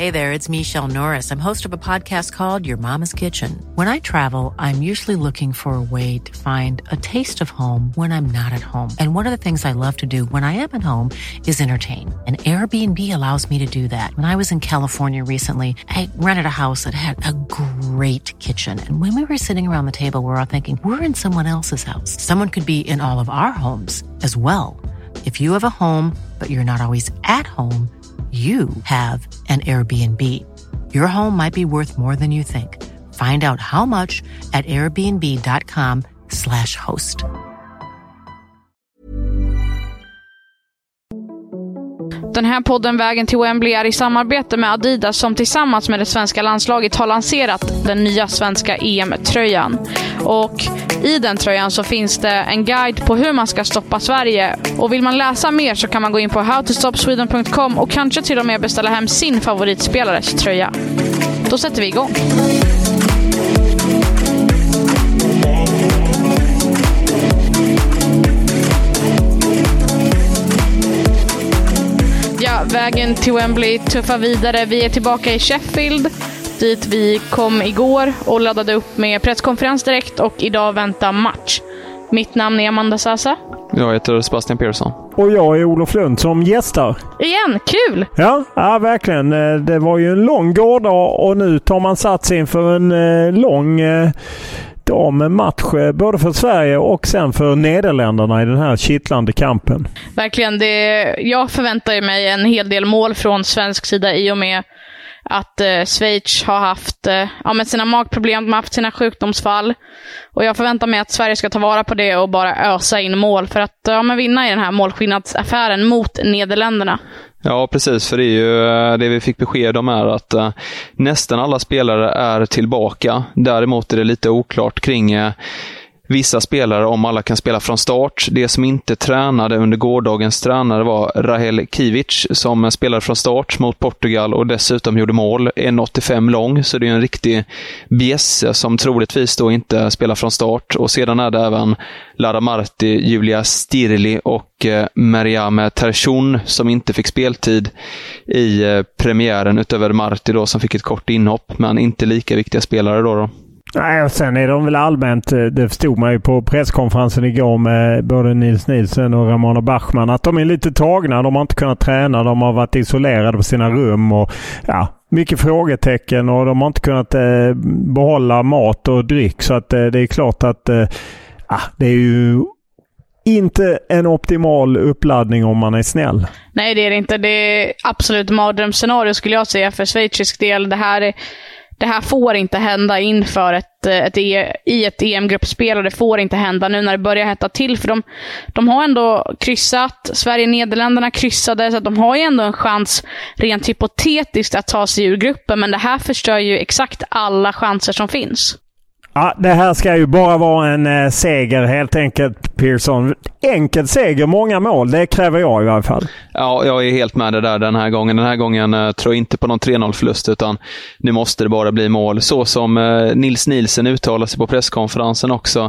Hey there, it's Michelle Norris. I'm host of a podcast called Your Mama's Kitchen. When I travel, I'm usually looking for a way to find a taste of home when I'm not at home. And one of the things I love to do when I am at home is entertain. And Airbnb allows me to do that. When I was in California recently, I rented a house that had a great kitchen. And when we were sitting around the table, we were all thinking, we're in someone else's house. Someone could be in all of our homes as well. If you have a home, but you're not always at home, you have an Airbnb. Your home might be worth more than you think. Find out how much at airbnb.com/host. Den här podden Vägen till Wembley är i samarbete med Adidas som tillsammans med det svenska landslaget har lanserat den nya svenska EM-tröjan. Och i den tröjan så finns det en guide på hur man ska stoppa Sverige. Och vill man läsa mer så kan man gå in på howtostopsweden.com och kanske till och med beställa hem sin favoritspelares tröja. Då sätter vi igång. Ja, vägen till Wembley tuffar vidare. Vi är tillbaka i Sheffield, dit vi kom igår och laddade upp med presskonferens direkt, och idag väntar match. Mitt namn är Amanda Sasa. Jag heter Sebastian Persson. Och jag är Olof Lund som gästar. Igen, kul! Ja, verkligen. Det var ju en lång gårdag och nu tar man sats inför en lång match både för Sverige och sen för Nederländerna i den här kittlande kampen. Verkligen, jag förväntar mig en hel del mål från svensk sida i och med att Schweiz har haft med sina magproblem, de har haft sina sjukdomsfall, och jag förväntar mig att Sverige ska ta vara på det och bara ösa in mål för att vinna i den här målskillnadsaffären mot Nederländerna. Ja, precis, för det är ju det vi fick besked om är att nästan alla spelare är tillbaka. Däremot är det lite oklart kring vissa spelare om alla kan spela från start. Det som inte tränade under gårdagens tränare var Rahel Kivic som spelade från start mot Portugal och dessutom gjorde mål. 1,85 lång, så det är en riktig bjässe som troligtvis då inte spelar från start. Och sedan är det även Lara Marti, Julia Stirli och Mariam Tershun som inte fick speltid i premiären, utöver Marti då som fick ett kort inhopp, men inte lika viktiga spelare då. Nej, och sen är de väl allmänt, det förstod man ju på presskonferensen igår med både Nils Nielsen och Ramona Bachmann, att de är lite tagna, de har inte kunnat träna, de har varit isolerade på sina rum och mycket frågetecken, och de har inte kunnat behålla mat och dryck, så att det är klart att det är ju inte en optimal uppladdning om man är snäll. Nej, det är det inte. Det är absolut mardrömsscenario skulle jag säga för schweizisk del. Det här får inte hända inför ett EM-gruppspel, och det får inte hända nu när det börjar hetta till, för de har ändå kryssat. Sverige och Nederländerna kryssade, så att de har ju ändå en chans rent hypotetiskt att ta sig ur gruppen, men det här förstör ju exakt alla chanser som finns. Ja, det här ska ju bara vara en seger helt enkelt, Persson. Enkel seger, många mål, det kräver jag i alla fall. Ja, jag är helt med det där den här gången. Den här gången tror jag inte på någon 3-0-förlust, utan nu måste det bara bli mål. Så som Nils Nielsen uttalade sig på presskonferensen också.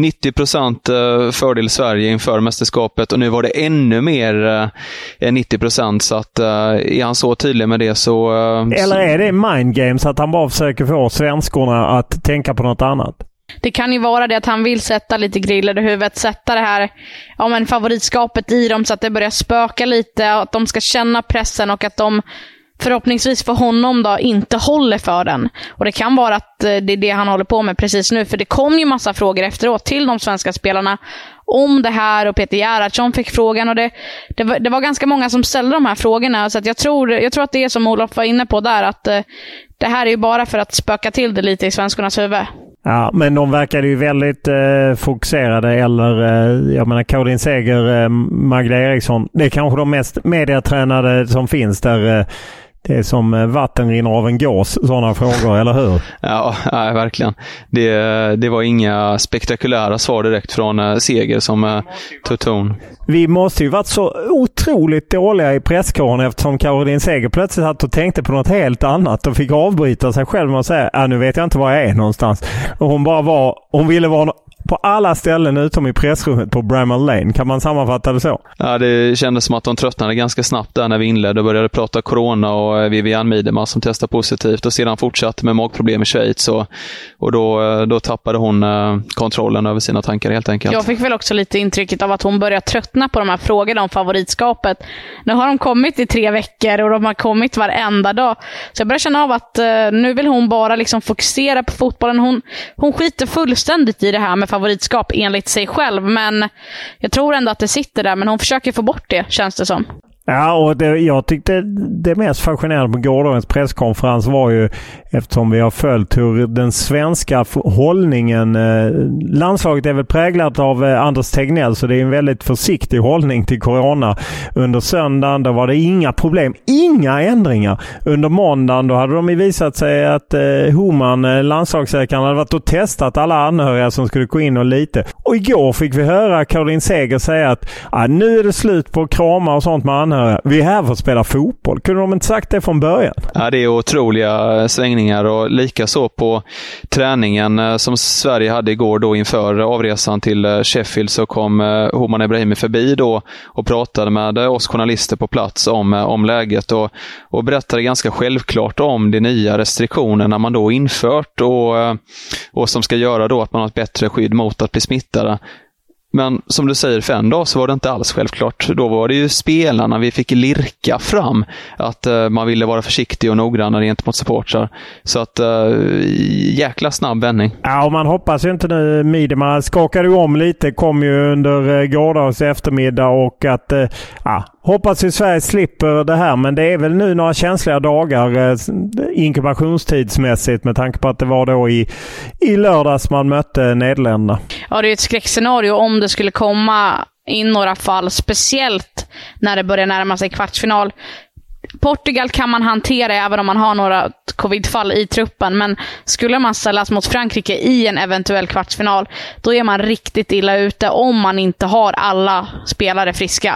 90% fördel Sverige inför mästerskapet, och nu var det ännu mer än 90%, så att är han så tydlig med det så... Eller är det mind games att han bara försöker få svenskorna att tänka på något annat? Det kan ju vara det att han vill sätta lite griller i huvudet, sätta det här favoritskapet i dem så att det börjar spöka lite, att de ska känna pressen och att de förhoppningsvis för honom då inte håller för den. Och det kan vara att det är det han håller på med precis nu, för det kom ju massa frågor efteråt till de svenska spelarna om det här, och Peter Gerhardsson fick frågan, och det var ganska många som ställde de här frågorna, så att jag tror att det är som Olof var inne på där, att det här är ju bara för att spöka till det lite i svenskarnas huvud. Ja, men de verkade ju väldigt fokuserade, jag menar Caroline Seger, Magda Eriksson, det är kanske de mest mediatränade som finns där. Det är som vatten rinner av en gås, sådana frågor, eller hur? Ja, verkligen. Det var inga spektakulära svar direkt från Seger som tog ton. Vi måste ju varit så otroligt dåliga i presskåren, eftersom Caroline Seger plötsligt satt och tänkte på något helt annat och fick avbryta sig själv och säga, nu vet jag inte var jag är någonstans. Och hon ville vara på alla ställen utom i pressrummet på Bramall Lane. Kan man sammanfatta det så? Ja, det kändes som att de tröttnade ganska snabbt där när vi inledde och började prata corona och Vivian Miedema som testade positivt och sedan fortsatte med magproblem i Schweiz och då tappade hon kontrollen över sina tankar helt enkelt. Jag fick väl också lite intrycket av att hon började tröttna på de här frågorna om favoritskapet. Nu har de kommit i 3 veckor och de har kommit varenda dag. Så jag börjar känna av att nu vill hon bara liksom fokusera på fotbollen. Hon skiter fullständigt i det här med favoritskap enligt sig själv. Men jag tror ändå att det sitter där. Men hon försöker få bort det, känns det som. Ja, och jag tyckte det mest fascinerande på gårdagens presskonferens var ju, eftersom vi har följt hur den svenska hållningen, landslaget är väl präglat av Anders Tegnell, så det är en väldigt försiktig hållning till corona. Under söndagen då var det inga problem, inga ändringar. Under måndagen då hade de visat sig att Homan, landslagsläkaren, hade varit och testat alla anhöriga som skulle gå in och lite. Och igår fick vi höra Caroline Seger säga att nu är det slut på kramar och sånt med anhöriga. Vi är här för att spela fotboll. Kunde de inte sagt det från början? Ja, det är otroliga svängningar och lika så på träningen som Sverige hade igår då inför avresan till Sheffield, så kom Homan Ebrahimi förbi då och pratade med oss journalister på plats om läget och berättade ganska självklart om de nya restriktionerna man då infört och som ska göra då att man har ett bättre skydd mot att bli smittade. Men som du säger, för en dag så var det inte alls självklart. Då var det ju spelarna vi fick lirka fram att man ville vara försiktig och noggrann gentemot supportrar. Så att jäkla snabb vändning. Ja, och man hoppas ju inte nu. Miedema skakade ju om lite, kom ju under gårdagens eftermiddag och att hoppas ju Sverige slipper det här, men det är väl nu några känsliga dagar inkubationstidsmässigt med tanke på att det var då i lördags man mötte Nederländerna. Ja, det är ett skräckscenario om det skulle komma in några fall, speciellt när det börjar närma sig kvartsfinal. Portugal kan man hantera även om man har några covidfall i truppen, men skulle man ställas mot Frankrike i en eventuell kvartsfinal, då är man riktigt illa ute om man inte har alla spelare friska.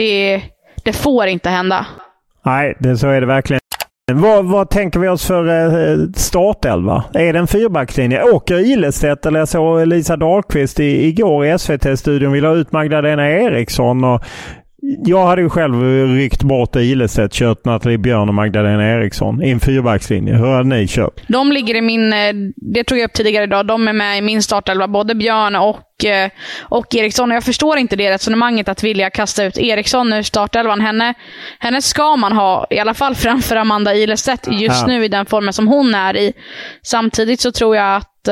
Det får inte hända. Nej, så är det verkligen. Vad tänker vi oss för startelva? Är det en fyrbackslinje? Åker Ilestedt, eller jag såg Lisa Dahlqvist igår i SVT-studion vill ha ut Magdalena Eriksson, och jag hade ju själv ryckt bort Ilestedt, kört Nathalie Björn och Magdalena Eriksson i en fyrbackslinje. Hur har ni kört? De ligger i min, det tog jag upp tidigare idag, de är med i min startelva, både Björn och Eriksson. Jag förstår inte det resonemanget att vilja kasta ut Eriksson ur startelvan. Henne ska man ha, i alla fall framför Amanda Ilestedt just nu i den formen som hon är i. Samtidigt så tror jag att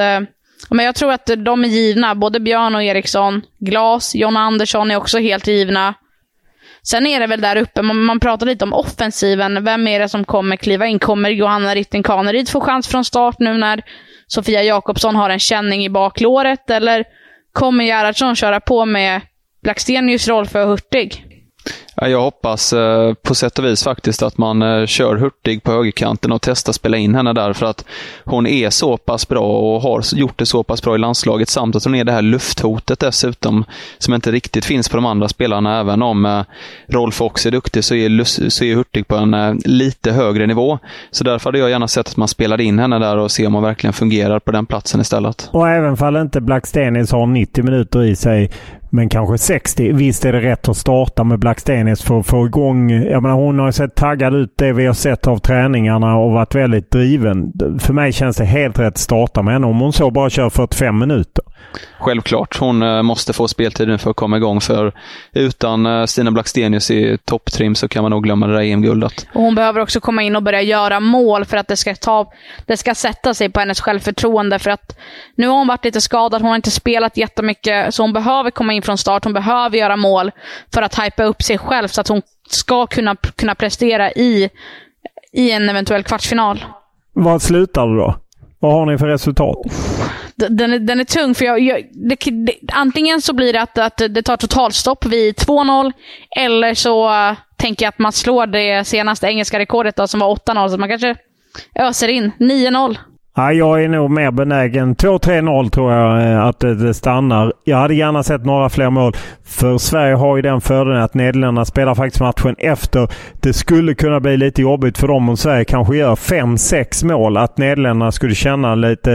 de är givna, både Björn och Eriksson. Glas, John Andersson är också helt givna. Sen är det väl där uppe, man pratar lite om offensiven. Vem är det som kommer kliva in? Kommer Johanna Rytting-Kaneryd få chans från start nu när Sofia Jakobsson har en känning i baklåret? Eller kommer Gerhardsson köra på med Blackstenius roll för Hurtig? Ja, jag hoppas på sätt och vis faktiskt att man kör Hurtig på högerkanten och testar spela in henne där, för att hon är så pass bra och har gjort det så pass bra i landslaget, samt att hon är det här lufthotet dessutom som inte riktigt finns på de andra spelarna. Även om Rolf också är duktig så är Hurtig på en lite högre nivå. Så därför hade jag gärna sett att man spelade in henne där och se om hon verkligen fungerar på den platsen istället. Och även fall inte Blackstenius har 90 minuter i sig, men kanske 60. Visst är det rätt att starta med Blackstenius för att få igång. Jag menar, hon har sett taggad ut det vi har sett av träningarna och varit väldigt driven. För mig känns det helt rätt att starta med henne om hon så bara kör 45 minuter. Självklart, hon måste få speltiden för att komma igång, för utan Stina Blackstenius i topptrim så kan man nog glömma det där EM-guldet. Och hon behöver också komma in och börja göra mål för att det ska sätta sig på hennes självförtroende, för att nu har hon varit lite skadad, hon har inte spelat jättemycket, så hon behöver komma in från start, hon behöver göra mål för att hypa upp sig själv så att hon ska kunna prestera i en eventuell kvartsfinal. Vad slutar det då? Vad har ni för resultat? Den är tung, för antingen så blir det att det tar totalstopp vid 2-0, eller så tänker jag att man slår det senaste engelska rekordet då, som var 8-0, så man kanske öser in 9-0. Ja, jag är nog mer benägen. 2-3-0 tror jag att det stannar. Jag hade gärna sett några fler mål. För Sverige har ju den fördelen att Nederländerna spelar faktiskt matchen efter. Det skulle kunna bli lite jobbigt för dem om Sverige kanske gör 5-6 mål. Att Nederländerna skulle känna lite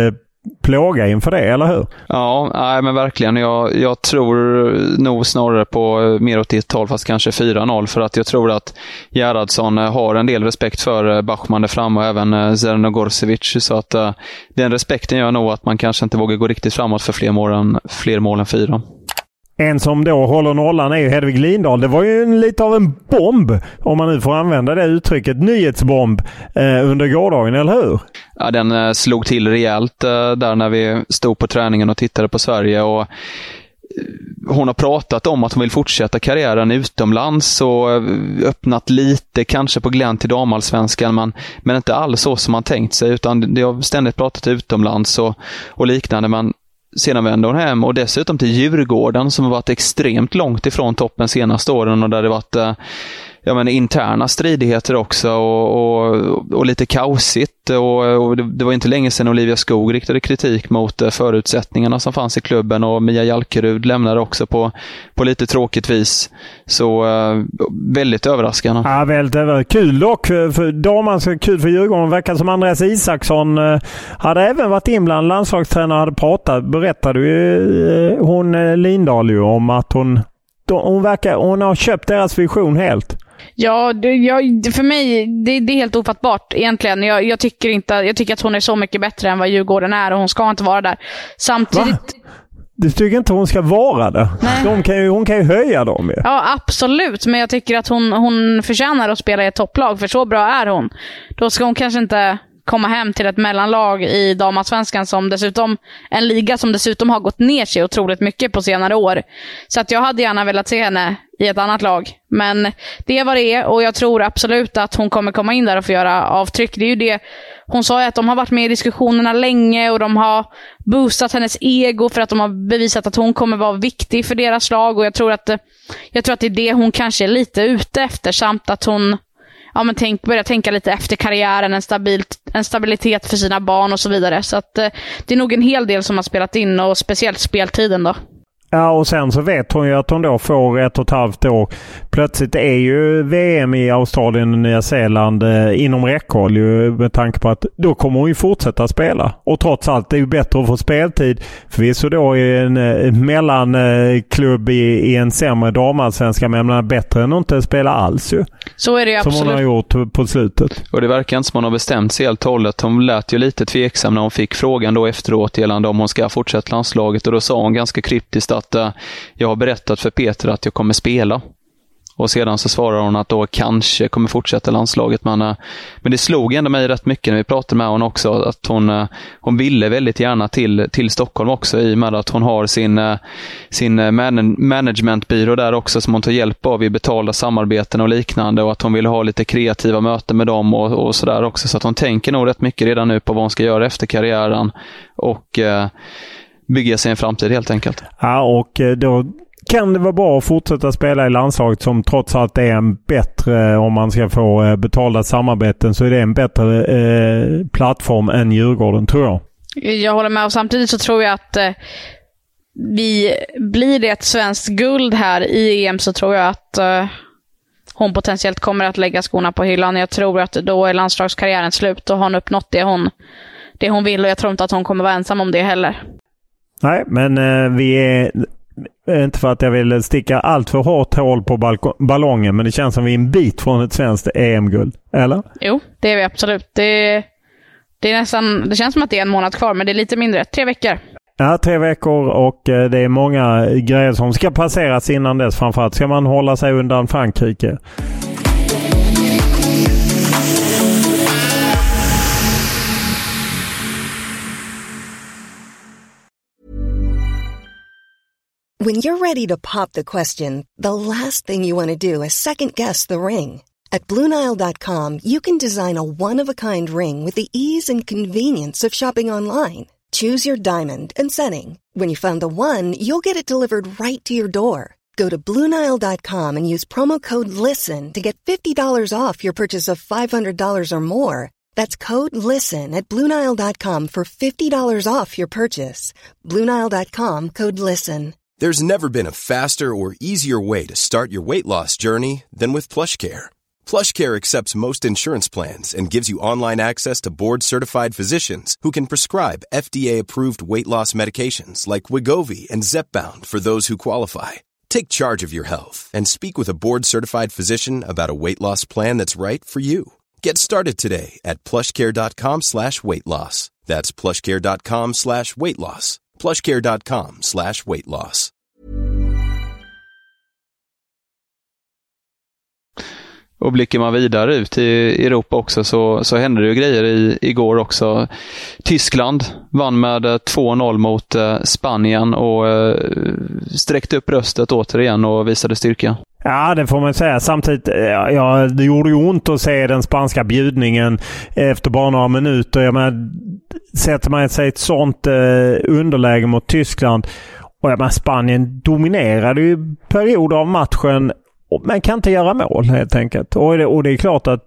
plåga inför det, eller hur? Ja, nej, men verkligen. Jag tror nog snarare på mer åt ett håll, fast kanske 4-0, för att jag tror att Gerhardsson har en del respekt för Bachmann där fram och även Zernogorsevic, så att den respekten gör nog att man kanske inte vågar gå riktigt framåt för fler mål än 4. En som då håller nollan är ju Hedvig Lindahl. Det var ju lite av en bomb, om man nu får använda det uttrycket, nyhetsbomb under gårdagen, eller hur? Ja, den slog till rejält där när vi stod på träningen och tittade på Sverige, och hon har pratat om att hon vill fortsätta karriären utomlands och öppnat lite kanske på glänt till damallsvenskan, men inte alls så som man tänkt sig, utan det har ständigt pratat utomlands och liknande. Men sedan vände hon hem och dessutom till Djurgården, som har varit extremt långt ifrån toppen senaste åren, och där det varit interna stridigheter också och lite kaosigt, och det var inte länge sedan Olivia Skog riktade kritik mot förutsättningarna som fanns i klubben, och Mia Jalkerud lämnade också på lite tråkigt vis, så väldigt överraskande. Ja, väldigt kul dock för damen, så kul för Djurgården. Verkar som Andreas Isaksson hade även varit inblandad, landslagstränare, hade pratat, berättade ju hon Lindahl ju om att hon har köpt deras vision helt. Ja, för mig det är helt ofattbart egentligen. Jag tycker att hon är så mycket bättre än vad Djurgården är, och hon ska inte vara där. Samtidigt... Va? Du tycker inte hon ska vara det? Hon kan ju höja dem. Ja. Ja, absolut. Men jag tycker att hon förtjänar att spela i ett topplag, för så bra är hon. Då ska hon kanske inte komma hem till ett mellanlag i damallsvenskan, som dessutom en liga som dessutom har gått ner sig otroligt mycket på senare år. Så att jag hade gärna velat se henne i ett annat lag. Men det är vad det är, och jag tror absolut att hon kommer komma in där och få göra avtryck. Det är ju det. Hon sa ju att de har varit med i diskussionerna länge, och de har boostat hennes ego för att de har bevisat att hon kommer vara viktig för deras lag, och jag tror att det är det hon kanske är lite ute efter, samt att hon börja tänka lite efter karriären, en stabilitet för sina barn och så vidare. Så att det är nog en hel del som har spelat in, och speciellt speltiden då. Ja, och sen så vet hon ju att hon då får 1,5 år. Plötsligt är ju VM i Australien och Nya Zeeland inom räckhåll, ju, med tanke på att då kommer hon ju fortsätta spela. Och trots allt, det är ju bättre att få speltid. Förvisso då i en mellanklubb i en sämre damallsvenska, men bättre än att inte spela alls ju. Så är det ju absolut. Som hon har gjort på slutet. Och det verkar inte som hon har bestämt sig helt och hållet. Hon lät ju lite tveksam när hon fick frågan då efteråt gällande om hon ska fortsätta landslaget, och då sa hon ganska kryptiskt att jag har berättat för Peter att jag kommer spela. Och sedan så svarar hon att då kanske kommer fortsätta landslaget. Men det slog ändå mig rätt mycket när vi pratade med hon också, att hon ville väldigt gärna till Stockholm också, i och med att hon har sin managementbyrå där också som hon tar hjälp av i betalda samarbeten och liknande, och att hon vill ha lite kreativa möten med dem och sådär också. Så att hon tänker nog rätt mycket redan nu på vad hon ska göra efter karriären och bygga sig en framtid helt enkelt. Ja, och då kan det vara bra att fortsätta spela i landslaget, som trots allt är en bättre, om man ska få betalda samarbeten, så är det en bättre plattform än Djurgården, tror jag. Jag håller med, och samtidigt så tror jag att blir det ett svenskt guld här i EM, så tror jag att hon potentiellt kommer att lägga skorna på hyllan. Jag tror att då är landslagskarriären slut och har hon uppnått det hon vill, och jag tror inte att hon kommer vara ensam om det heller. Nej, men vi är inte för att jag vill sticka allt för hårt hål på ballongen, men det känns som vi är en bit från ett svenskt EM-guld, eller? Jo, det är vi absolut. Det är nästan, det känns som att det är en månad kvar, men det är lite mindre, 3 veckor. Ja, 3 veckor, och det är många grejer som ska passeras innan dess. Framförallt ska man hålla sig undan Frankrike. When you're ready to pop the question, the last thing you want to do is second-guess the ring. At BlueNile.com, you can design a one-of-a-kind ring with the ease and convenience of shopping online. Choose your diamond and setting. When you find the one, you'll get it delivered right to your door. Go to BlueNile.com and use promo code LISTEN to get $50 off your purchase of $500 or more. That's code LISTEN at BlueNile.com for $50 off your purchase. BlueNile.com, code LISTEN. There's never been a faster or easier way to start your weight loss journey than with PlushCare. PlushCare accepts most insurance plans and gives you online access to board-certified physicians who can prescribe FDA-approved weight loss medications like Wegovy and Zepbound for those who qualify. Take charge of your health and speak with a board-certified physician about a weight loss plan that's right for you. Get started today at plushcare.com/weightloss. That's plushcare.com/weightloss. plushcare.com/weightloss. Och blickar man vidare ut i Europa också så hände det ju grejer igår också. Tyskland vann med 2-0 mot Spanien och sträckte upp bröstet återigen och visade styrka. Ja, det får man säga. Samtidigt, det gjorde ju ont att se den spanska bjudningen efter bara några minuter. Jag menar, sätter man sig ett sånt underläge mot Tyskland och Spanien dominerade ju perioder av matchen. Man kan inte göra mål helt enkelt. Och det är klart att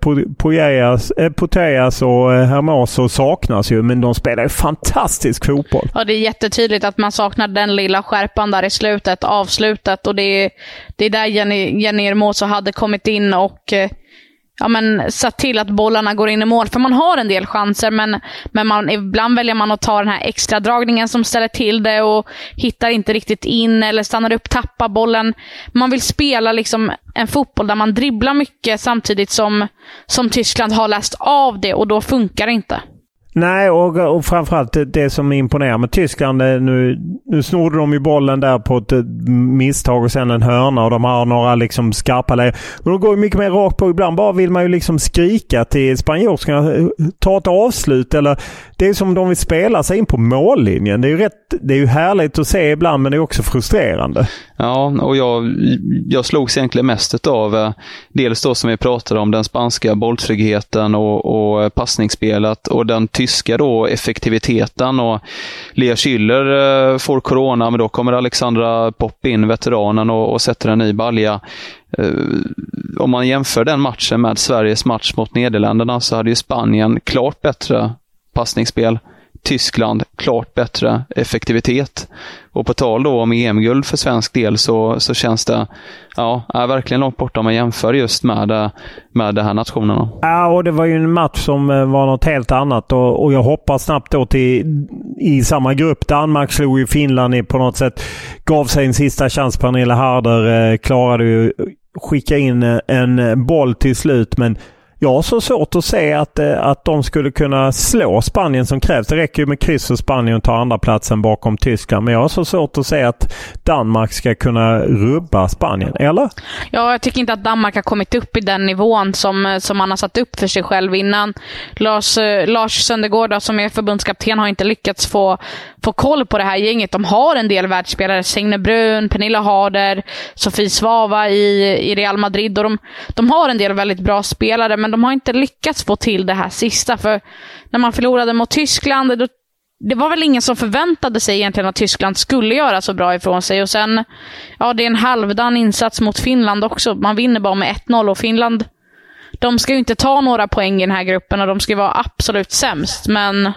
Putellas och Hermoso saknas ju, men de spelar ju fantastisk fotboll. Ja, det är jättetydligt att man saknar den lilla skärpan där i slutet, avslutet. Och det är där Jenny Hermoso hade kommit in och satt till att bollarna går in i mål. För man har en del chanser, men ibland väljer man att ta den här extra dragningen som ställer till det och hittar inte riktigt in eller stannar upp, tappar bollen. Man vill spela liksom en fotboll där man dribblar mycket samtidigt som Tyskland har läst av det, och då funkar det inte. Nej, och framförallt det som imponerar med Tyskland, nu snodde de ju bollen där på ett misstag och sen en hörna, och de har några liksom skarpa lägen. Men de går ju mycket mer rakt på. Ibland bara vill man ju liksom skrika till spanjorskarna, ta ett avslut, eller det är som de vill spela sig in på mållinjen. Det är ju härligt att se ibland, men det är också frustrerande. Ja, och jag slogs egentligen mest av dels då som vi pratade om, den spanska bolltryggheten och passningsspelet, och den tyska då effektiviteten. Och Lea Schüller får corona, men då kommer Alexandra Popp in, veteranen, och sätter en ny balja. Om man jämför den matchen med Sveriges match mot Nederländerna, så hade ju Spanien klart bättre passningsspel, Tyskland klart bättre effektivitet. Och på tal då om EM-guld för svensk del så känns det verkligen långt borta om man jämför just med de här nationerna. Ja, och det var ju en match som var något helt annat, och jag hoppas snabbt då i samma grupp. Danmark slog ju Finland på något sätt, gav sig en sista chans. Pernilla Harder klarade ju skicka in en boll till slut, men jag har så svårt att se att de skulle kunna slå Spanien som krävs. Det räcker ju med kryss för Spanien att ta andra platsen bakom Tyskland. Men jag har så svårt att se att Danmark ska kunna rubba Spanien, eller? Ja, jag tycker inte att Danmark har kommit upp i den nivån som man har satt upp för sig själv innan. Lars Søndergaard, som är förbundskapten, har inte lyckats få koll på det här gänget. De har en del världsspelare, Signe Brun, Pernilla Harder, Sofie Svava i Real Madrid, och de har en del väldigt bra spelare, men de har inte lyckats få till det här sista. För när man förlorade mot Tyskland, det var väl ingen som förväntade sig egentligen att Tyskland skulle göra så bra ifrån sig. Och sen, det är en halvdan insats mot Finland också. Man vinner bara med 1-0, och Finland, de ska ju inte ta några poäng i den här gruppen, och de ska vara absolut sämst, men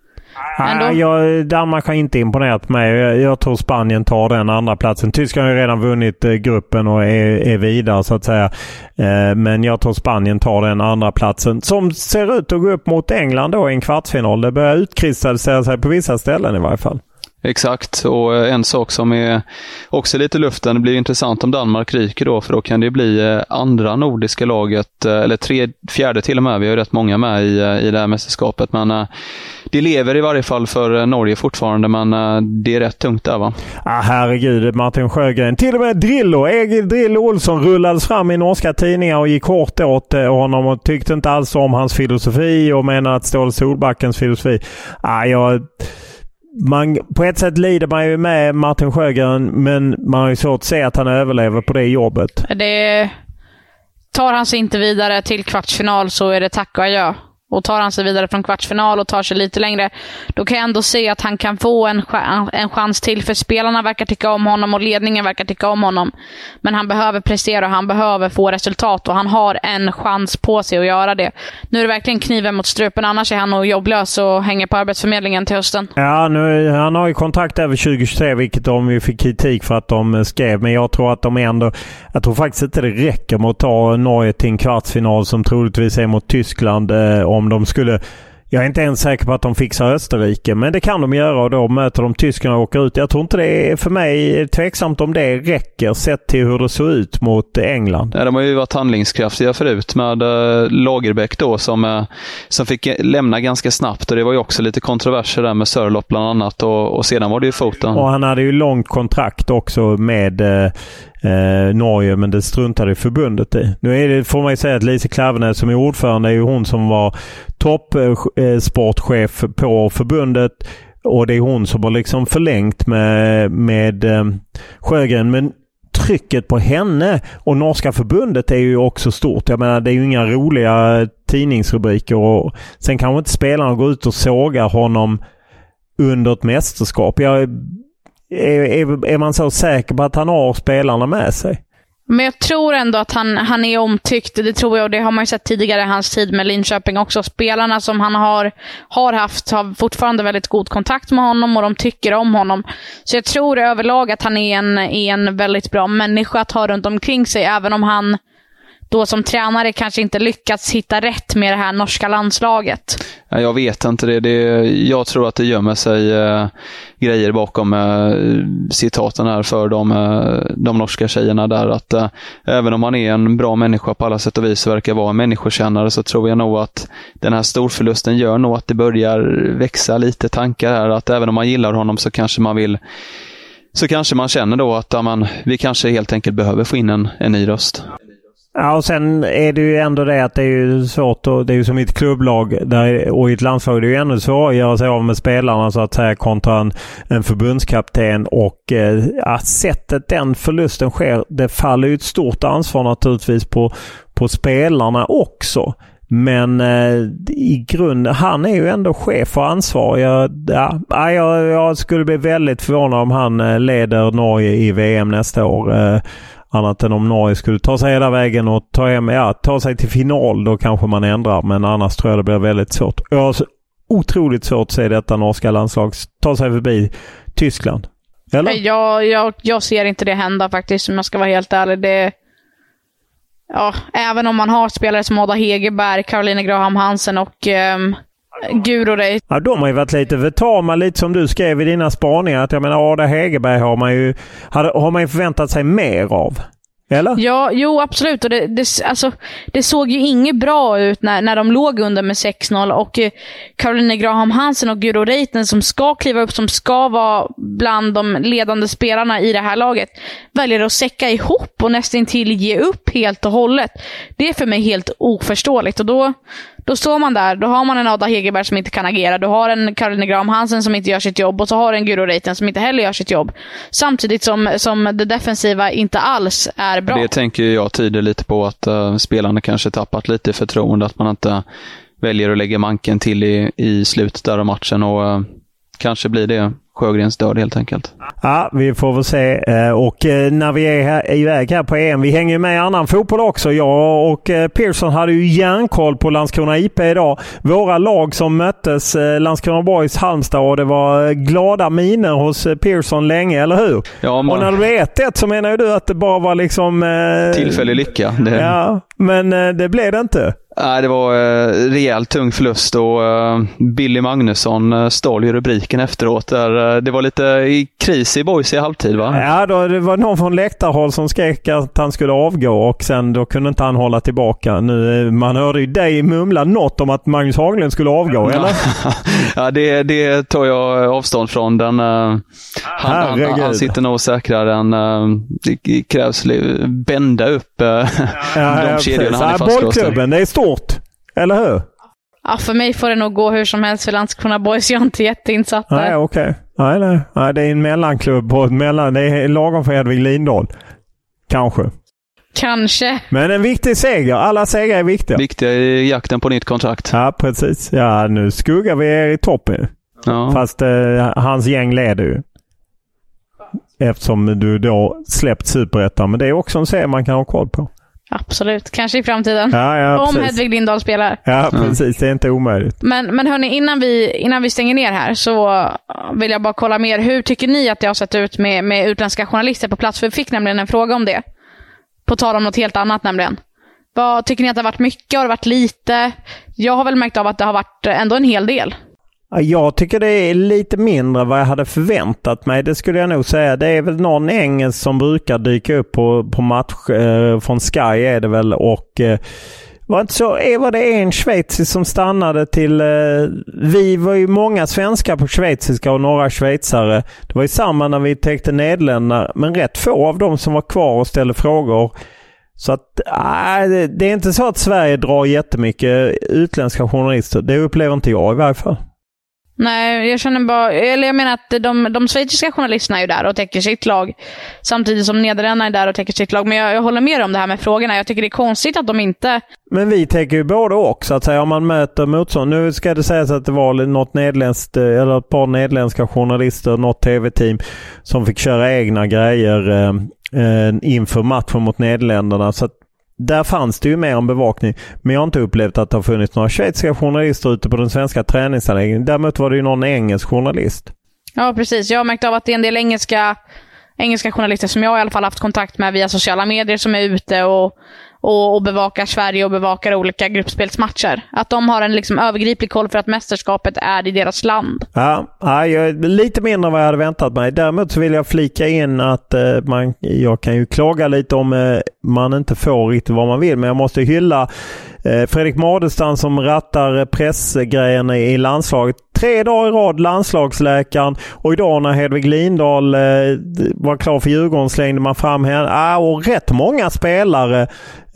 Danmark har inte imponerat mig. Jag tror Spanien tar den andra platsen. Tyskland har ju redan vunnit gruppen och är vidare så att säga. Men jag tror Spanien tar den andra platsen, som ser ut att gå upp mot England då i en kvartsfinal. Det börjar utkristallisera sig på vissa ställen i varje fall. Exakt, och en sak som är också lite i luften, det blir intressant om Danmark ryker då, för då kan det bli andra nordiska laget, eller fjärde till och med. Vi har ju rätt många med i det här mästerskapet, men det lever i varje fall för Norge fortfarande, men det är rätt tungt där, va? Herregud, Martin Sjögren. Till och med Egil Drillo Olsson rullades fram i norska tidningar och gick hårt åt honom och tyckte inte alls om hans filosofi och menar att Ståle Solbackens filosofi. På ett sätt lider man ju med Martin Sjögren, men man har ju svårt att se att han överlever på det jobbet. Tar han sig inte vidare till kvartsfinal, så är det tack och adjö. och tar han sig vidare från kvartsfinal och tar sig lite längre, då kan jag ändå se att han kan få en chans till, för spelarna verkar tycka om honom och ledningen verkar tycka om honom. Men han behöver prestera och han behöver få resultat, och han har en chans på sig att göra det. Nu är det verkligen kniven mot strupen, annars är han nog jobblös och hänger på Arbetsförmedlingen till hösten. Ja, han har ju kontrakt över 2023, vilket de ju fick kritik för att de skrev. Men jag tror att jag tror faktiskt inte det räcker med att ta Norge till en kvartsfinal som troligtvis är mot Tyskland om de skulle... Jag är inte ens säker på att de fixar Österrike, men det kan de göra, och då möter de tyskarna och åker ut. Jag tror inte det är, för mig, tveksamt om det räcker sett till hur det såg ut mot England. Ja, de har ju varit handlingskraftiga förut med Lagerbäck då som fick lämna ganska snabbt, och det var ju också lite kontroverser där med Sörloth bland annat, och sedan var det ju foten. Och han hade ju långt kontrakt också med Norge, men det struntade i förbundet i. Nu är det, får man ju säga, att Lise Klaveness som är ordförande är ju hon som var toppsportchef på förbundet, och det är hon som har liksom förlängt med Sjögren. Men trycket på henne och norska förbundet är ju också stort. Jag menar, det är ju inga roliga tidningsrubriker, och sen kanske inte spelarna går ut och sågar honom under ett mästerskap. Är man så säker på att han har spelarna med sig? Men jag tror ändå att han är omtyckt. Det tror jag, och det har man ju sett tidigare i hans tid med Linköping också. Spelarna som han har haft har fortfarande väldigt god kontakt med honom, och de tycker om honom. Så jag tror överlag att han är en väldigt bra människa att ha runt omkring sig, även om han då som tränare kanske inte lyckats hitta rätt med det här norska landslaget. Jag vet inte det. Jag tror att det gömmer sig grejer bakom citaten här för de norska tjejerna där. Att även om man är en bra människa på alla sätt och vis, verkar vara en människokännare, så tror jag nog att den här storförlusten gör nog att det börjar växa lite tankar här. Att även om man gillar honom så kanske man känner då att vi kanske helt enkelt behöver få in en ny röst. Ja, och sen är det ju ändå det att det är ju svårt, och det är ju som i ett klubblag och i ett landslag, det är ju ännu svårt att göra sig av med spelarna så att säga kontra en förbundskapten, och sättet den förlusten sker, det faller ju ett stort ansvar naturligtvis på spelarna också. Men i grund, han är ju ändå chef och ansvar. Jag skulle bli väldigt förvånad om han leder Norge i VM nästa år. Annat än om Norge skulle ta sig hela vägen och ta sig till final, då kanske man ändrar. Men annars tror jag det blir väldigt svårt. Jag har så otroligt svårt att se detta norska landslag ta sig förbi Tyskland. Eller? Jag ser inte det hända faktiskt, om jag ska vara helt ärlig. Även om man har spelare som Oda Hegerberg, Caroline Graham Hansen och Guro Reiten. Ja, de har ju varit lite vetama, lite som du skrev i dina spaningar, att jag menar Oda Hegerberg har man ju förväntat sig mer av. Eller? Ja, jo absolut, och det såg ju inget bra ut när de låg under med 6-0, och Caroline Graham Hansen och Guro Reiten som ska kliva upp, som ska vara bland de ledande spelarna i det här laget, väljer att säcka ihop och nästan till ge upp helt och hållet. Det är för mig helt oförståeligt, och då står man där, då har man en Oda Hegerberg som inte kan agera, du har en Caroline Graham Hansen som inte gör sitt jobb, och så har en Guro Reiten som inte heller gör sitt jobb, samtidigt som det defensiva inte alls är bra. Det tänker jag tyder lite på att spelarna kanske tappat lite förtroende, att man inte väljer att lägga manken till i slutet där av matchen, och kanske blir det Sjögrens död helt enkelt. Ja, vi får väl se. Och när vi är iväg här på EM, vi hänger med i annan fotboll också. Jag och Pearson hade ju järnkoll på Landskrona IP idag. Våra lag som möttes, Landskrona Boys, Halmstad, och det var glada miner hos Pearson länge, eller hur? Ja, och när det blev 1-1 så menar ju du att det bara var liksom... tillfällig lycka. Ja, men det blev det inte. Nej, det var rejält tung förlust, och Billy Magnusson stal ju rubriken efteråt. Det var lite kris i Boys i halvtid, va? Ja, det var någon från läktarhåll som skrek att han skulle avgå, och sen då kunde inte han hålla tillbaka. Nu, man hörde ju dig mumla något om att Magnus Haglund skulle avgå, eller? Ja, det tar jag avstånd från. Han sitter nog säkrare än det krävs bända upp de kedjorna han är fastlåst. Bollklubben, det är stort, eller hur? Ja, för mig får det nog gå hur som helst för Landskrona Boys. Jag är inte jätteinsatt där. Nej, okej. Nej, det är en mellanklubb. Det är lagom för Edvin Lindahl. Kanske. Kanske. Men en viktig seger. Alla segrar är viktiga. Viktiga i jakten på nytt kontrakt. Ja, precis. Ja, nu skuggar vi er i toppen. Ja. Fast hans gäng leder ju. Eftersom du då släppt Superettan. Men det är också en serie man kan ha koll på. Absolut. Kanske i framtiden. Ja, om Hedvig Lindahl spelar. Ja, precis. Det är inte omöjligt. Men hörni, innan vi stänger ner här så vill jag bara kolla mer. Hur tycker ni att det har sett ut med utländska journalister på plats? För vi fick nämligen en fråga om det. På tal om något helt annat nämligen. Vad tycker ni att det har varit mycket? Har det varit lite? Jag har väl märkt av att det har varit ändå en hel del. Jag tycker det är lite mindre vad jag hade förväntat mig. Det skulle jag nog säga. Det är väl någon engelsk som brukar dyka upp på match från Sky är det väl. Och var det en schweizisk som stannade till... vi var ju många svenskar på schweiziska och några schweizare. Det var ju samma när vi täckte Nederländerna. Men rätt få av dem som var kvar och ställde frågor. Så att det är inte så att Sverige drar jättemycket utländska journalister. Det upplever inte jag i varje fall. Nej, jag menar att de schweiziska journalisterna är ju där och täcker sitt lag. Samtidigt som Nederländerna är där och täcker sitt lag. Men jag håller med om det här med frågorna. Jag tycker det är konstigt att de inte... Men vi täcker ju både och, så att säga, om man möter motstånd. Nu ska det sägas att det var något nedländskt, eller ett par nedländska journalister, något tv-team som fick köra egna grejer inför matchen mot Nederländerna. Så att där fanns det ju mer om bevakning. Men jag har inte upplevt att det har funnits några schweiziska journalister ute på den svenska träningsanläggningen. Däremot var det ju någon engelsk journalist. Ja, precis. Jag har märkt av att det är en del engelska journalister som jag i alla fall haft kontakt med via sociala medier som är ute och bevakar Sverige och bevakar olika gruppspelsmatcher. Att de har en liksom övergriplig koll för att mästerskapet är i deras land. Ja, jag är lite mindre än vad jag hade väntat mig. Däremot så vill jag flika in att jag kan ju klaga lite om man inte får riktigt vad man vill. Men jag måste hylla Fredrik Madestam som rattar pressgrejerna i landslaget. 3 dagar i rad landslagsläkaren, och idag när Hedvig Lindahl var klar för Djurgården slängde man fram henne. Och rätt många spelare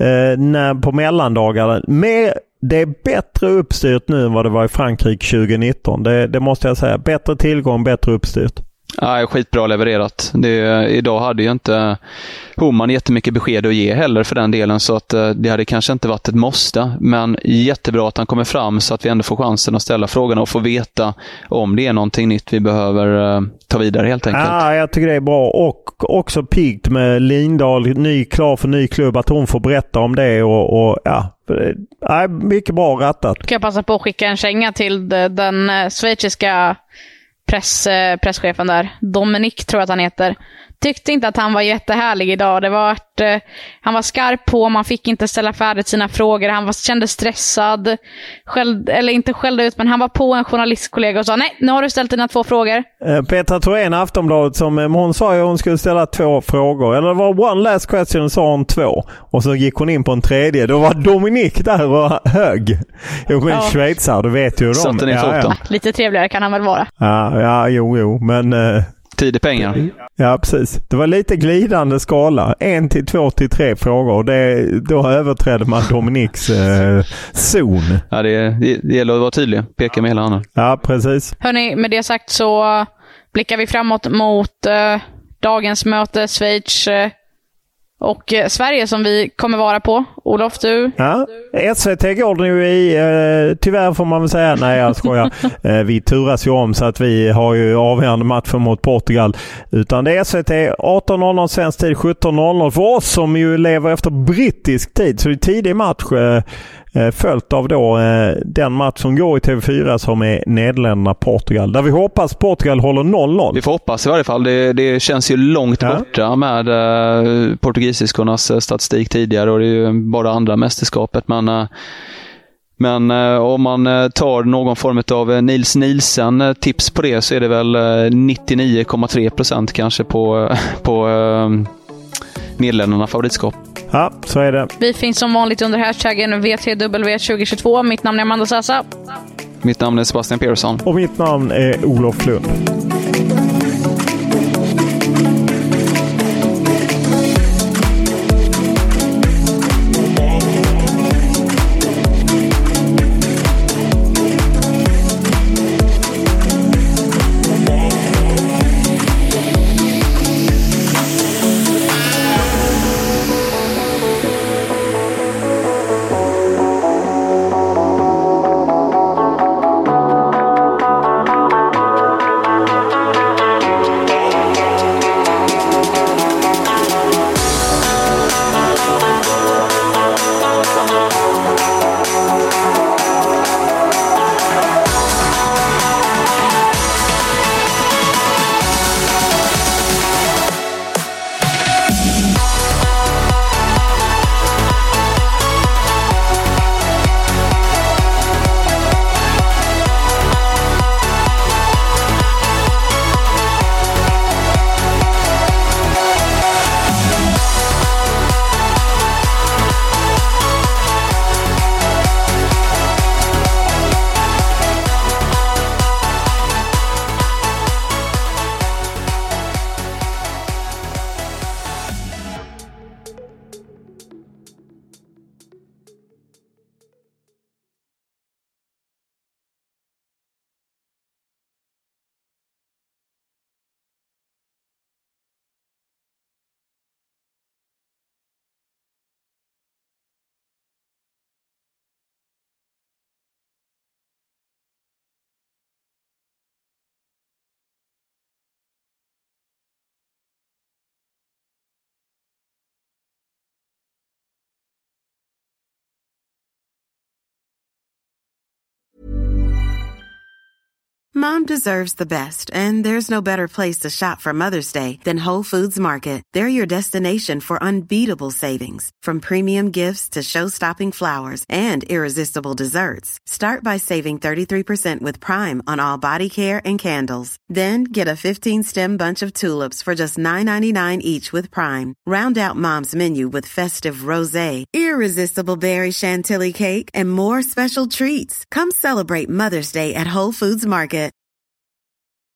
på mellandagarna. Det är bättre uppstyrt nu än vad det var i Frankrike 2019. Det måste jag säga. Bättre tillgång, bättre uppstyrt. Ja, skitbra levererat. Idag hade ju inte Homan jättemycket besked att ge heller för den delen, så att det hade kanske inte varit ett måste. Men jättebra att han kommer fram så att vi ändå får chansen att ställa frågorna och få veta om det är någonting nytt vi behöver ta vidare helt enkelt. Ja, jag tycker det är bra, och också piggt med Lindahl, klar för ny klubb, att hon får berätta om det och mycket bra rattat. Kan jag passa på att skicka en känga till den schweiziska presschefen där. Dominik tror jag att han heter. Tyckte inte att han var jättehärlig idag. Han var skarp på, man fick inte ställa färdigt sina frågor. Han kände stressad. Eller inte skällde ut, men han var på en journalistkollega och sa: nej, nu har du ställt dina 2 frågor. Petra Thorén, Aftonbladet, som hon sa ju att hon skulle ställa 2 frågor. Eller det var one last question, sa hon 2. Och så gick hon in på en tredje. Då var Dominik där och hög. Schweizare, du vet ju de. Ja. Lite trevligare kan han väl vara. Jo, men... Tid är pengar. Ja, precis. Det var lite glidande skala. 1 till 2 till 3 frågor. Då överträdde man Dominiks zon. Ja, det gäller att vara tydlig. Peka med hela handen. Ja, precis. Hörrni, med det sagt så blickar vi framåt mot dagens möte, Schweiz och Sverige som vi kommer vara på. Olof, du? Ja, SVT går nu i, tyvärr får man väl säga, nej jag skojar. Vi turas ju om så att vi har ju avgörande matchen mot Portugal. Utan det är SVT 18.00 svensk tid, 17.00 för oss som ju lever efter brittisk tid. Så det är tidig match följt av då den match som går i TV4 som är Nederländerna-Portugal. Där vi hoppas Portugal håller 0-0. Vi får hoppas i varje fall. Det känns ju långt borta med portugisiskornas statistik tidigare, och det är ju bara andra mästerskapet. Men om man tar någon form av Nils Nielsen tips på det, så är det väl 99,3% kanske på Nederländerna favoritskap. Ja, så är det. Vi finns som vanligt under hashtaggen VTW2022. Mitt namn är Amanda Sassa. Mitt namn är Sebastian Persson. Och mitt namn är Olof Lund. Mom deserves the best, and there's no better place to shop for Mother's Day than Whole Foods Market. They're your destination for unbeatable savings, from premium gifts to show-stopping flowers and irresistible desserts. Start by saving 33% with Prime on all body care and candles. Then get a 15-stem bunch of tulips for just $9.99 each with Prime. Round out Mom's menu with festive rosé, irresistible berry chantilly cake, and more special treats. Come celebrate Mother's Day at Whole Foods Market.